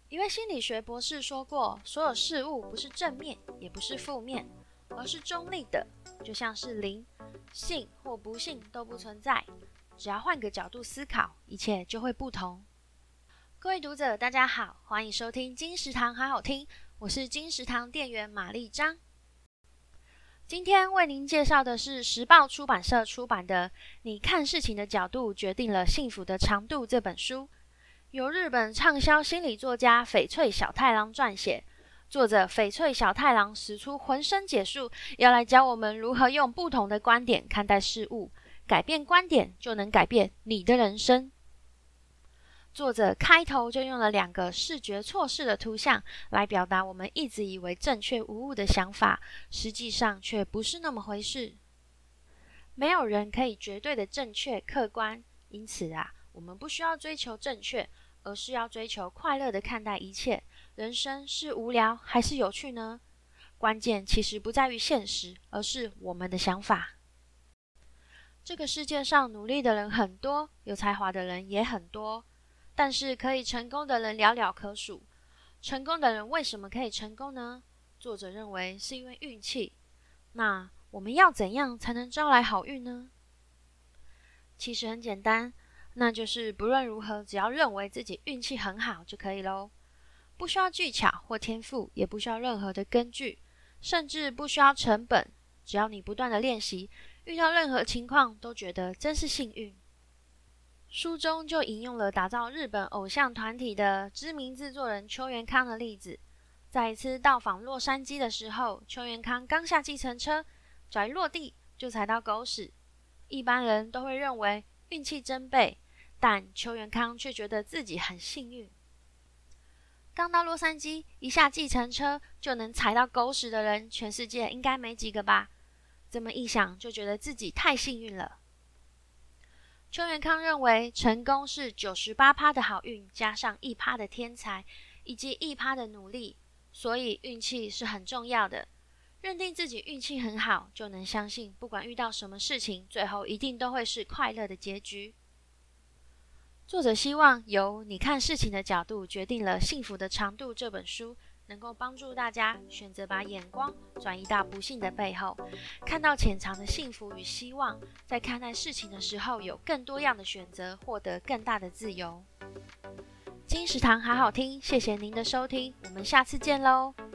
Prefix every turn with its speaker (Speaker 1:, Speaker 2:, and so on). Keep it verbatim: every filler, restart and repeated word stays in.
Speaker 1: 一位心理学博士说过，所有事物不是正面，也不是负面，而是中立的，就像是零，幸或不幸都不存在。只要换个角度思考，一切就会不同。各位读者，大家好，欢迎收听金石堂好好听，我是金石堂店员玛丽张。今天为您介绍的是时报出版社出版的《你看事情的角度决定了幸福的长度》这本书，由日本畅销心理作家翡翠小太郎撰写。作者翡翠小太郎使出浑身解数，要来教我们如何用不同的观点看待事物，改变观点就能改变你的人生。作者开头就用了两个视觉错视的图像来表达我们一直以为正确无误的想法，实际上却不是那么回事。没有人可以绝对的正确客观，因此啊，我们不需要追求正确，而是要追求快乐的看待一切。人生是无聊还是有趣呢？关键其实不在于现实，而是我们的想法。这个世界上努力的人很多，有才华的人也很多，但是可以成功的人寥寥可数。成功的人为什么可以成功呢？作者认为是因为运气。那我们要怎样才能招来好运呢？其实很简单，那就是不论如何，只要认为自己运气很好就可以咯。不需要技巧或天赋，也不需要任何的根据，甚至不需要成本，只要你不断的练习，遇到任何情况都觉得真是幸运。书中就引用了打造日本偶像团体的知名制作人秋元康的例子。在一次到访洛杉矶的时候，秋元康刚下计程车，脚一落地就踩到狗屎。一般人都会认为运气真背，但秋元康却觉得自己很幸运。刚到洛杉矶，一下计程车就能踩到狗屎的人，全世界应该没几个吧？这么一想，就觉得自己太幸运了。秋元康认为，成功是 百分之九十八 的好运加上 百分之一 的天才，以及 百分之一 的努力，所以运气是很重要的。认定自己运气很好，就能相信不管遇到什么事情，最后一定都会是快乐的结局。作者希望由你看事情的角度决定了幸福的长度这本书能够帮助大家选择把眼光转移到不幸的背后，看到潜藏的幸福与希望，在看待事情的时候有更多样的选择，获得更大的自由。金石堂好好听，谢谢您的收听，我们下次见喽。